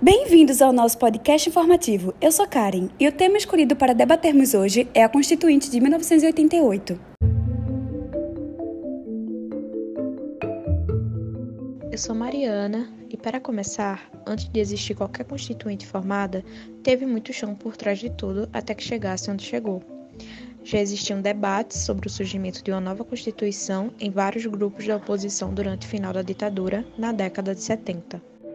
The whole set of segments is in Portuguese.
Bem-vindos ao nosso podcast informativo. Eu sou Karen e o tema escolhido para debatermos hoje é a Constituinte de 1988. Eu sou Mariana e, para começar, antes de existir qualquer constituinte formada, teve muito chão por trás de tudo até que chegasse onde chegou. Já existiam debates sobre o surgimento de uma nova Constituição em vários grupos da oposição durante o final da ditadura, na década de 70.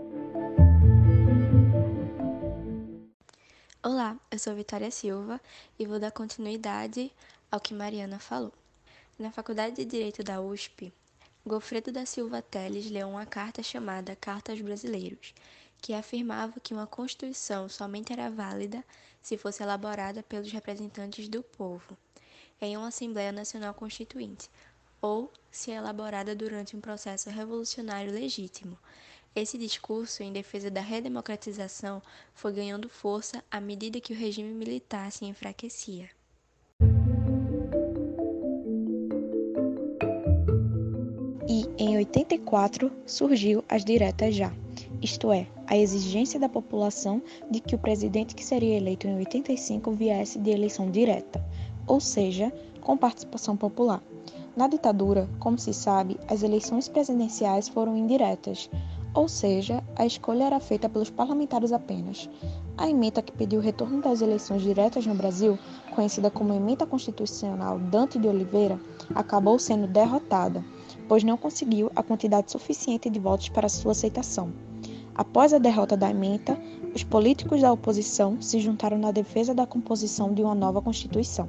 Olá, eu sou Vitória Silva e vou dar continuidade ao que Mariana falou. Na Faculdade de Direito da USP, Goffredo da Silva Teles leu uma carta chamada Carta aos Brasileiros, que afirmava que uma Constituição somente era válida se fosse elaborada pelos representantes do povo, em uma Assembleia Nacional Constituinte, ou se elaborada durante um processo revolucionário legítimo. Esse discurso em defesa da redemocratização foi ganhando força à medida que o regime militar se enfraquecia. E, em 84, surgiu as diretas já, isto é, a exigência da população de que o presidente que seria eleito em 85 viesse de eleição direta, ou seja, com participação popular. Na ditadura, como se sabe, as eleições presidenciais foram indiretas, ou seja, a escolha era feita pelos parlamentares apenas. A ementa que pediu o retorno das eleições diretas no Brasil, conhecida como Ementa Constitucional Dante de Oliveira, acabou sendo derrotada, pois não conseguiu a quantidade suficiente de votos para sua aceitação. Após a derrota da ementa, os políticos da oposição se juntaram na defesa da composição de uma nova Constituição.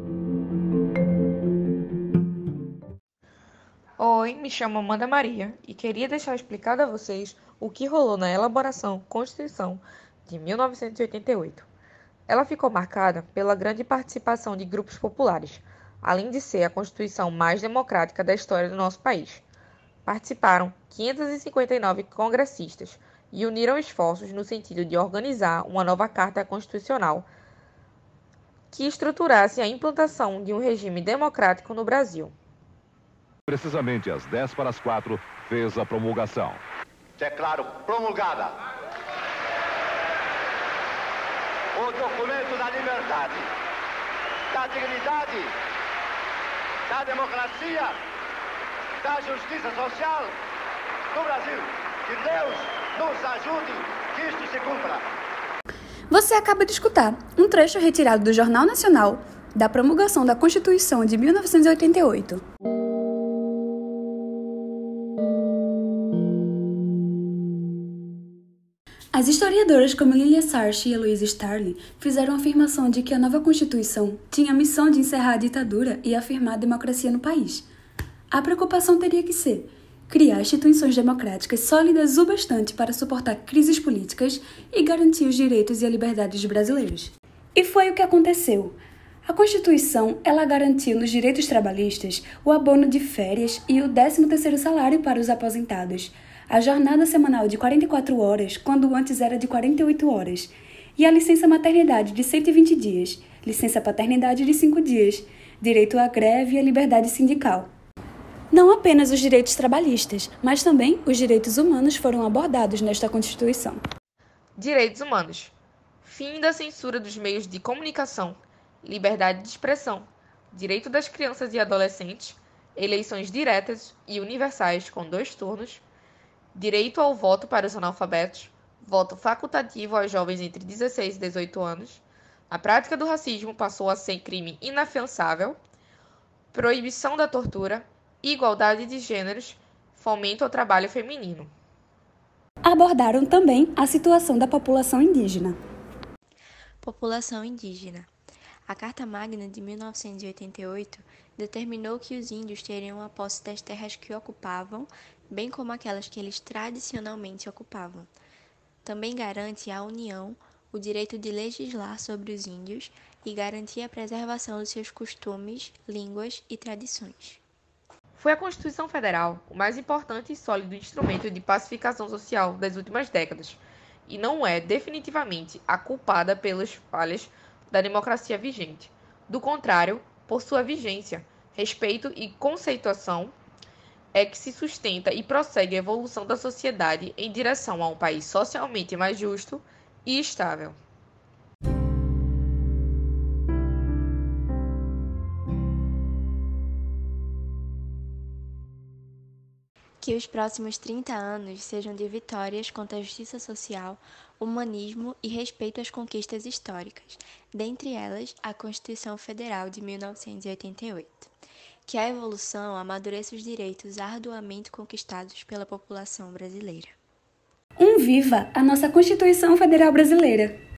Oi, me chamo Amanda Maria e queria deixar explicado a vocês o que rolou na elaboração Constituição de 1988. Ela ficou marcada pela grande participação de grupos populares, além de ser a Constituição mais democrática da história do nosso país. Participaram 559 congressistas e uniram esforços no sentido de organizar uma nova Carta Constitucional que estruturasse a implantação de um regime democrático no Brasil. Precisamente às 3:50, fez a promulgação. Declaro promulgada o documento da liberdade, da dignidade, da democracia, da justiça social do Brasil. Que Deus nos ajude que isto se cumpra. Você acaba de escutar um trecho retirado do Jornal Nacional da promulgação da Constituição de 1988. As historiadoras como Lilia Sarchi e Heloísa Starling fizeram a afirmação de que a nova Constituição tinha a missão de encerrar a ditadura e afirmar a democracia no país. A preocupação teria que ser criar instituições democráticas sólidas o bastante para suportar crises políticas e garantir os direitos e a liberdade dos brasileiros. E foi o que aconteceu. A Constituição, ela garantiu nos direitos trabalhistas o abono de férias e o 13º salário para os aposentados, a jornada semanal de 44 horas, quando antes era de 48 horas, e a licença maternidade de 120 dias, licença paternidade de 5 dias, direito à greve e à liberdade sindical. Não apenas os direitos trabalhistas, mas também os direitos humanos foram abordados nesta Constituição. Direitos humanos. Fim da censura dos meios de comunicação, liberdade de expressão, direito das crianças e adolescentes, eleições diretas e universais com 2 turnos, direito ao voto para os analfabetos, voto facultativo aos jovens entre 16 e 18 anos, a prática do racismo passou a ser crime inafiançável, proibição da tortura, igualdade de gêneros, fomento ao trabalho feminino. Abordaram também a situação da população indígena. População indígena. A Carta Magna de 1988 determinou que os índios teriam a posse das terras que ocupavam, bem como aquelas que eles tradicionalmente ocupavam. Também garante à União o direito de legislar sobre os índios e garantir a preservação de seus costumes, línguas e tradições. Foi a Constituição Federal o mais importante e sólido instrumento de pacificação social das últimas décadas, e não é definitivamente a culpada pelas falhas da democracia vigente. Do contrário, por sua vigência, respeito e conceituação, é que se sustenta e prossegue a evolução da sociedade em direção a um país socialmente mais justo e estável. Que os próximos 30 anos sejam de vitórias contra a justiça social, humanismo e respeito às conquistas históricas, dentre elas a Constituição Federal de 1988. Que a evolução amadureça os direitos arduamente conquistados pela população brasileira. Viva a nossa Constituição Federal Brasileira!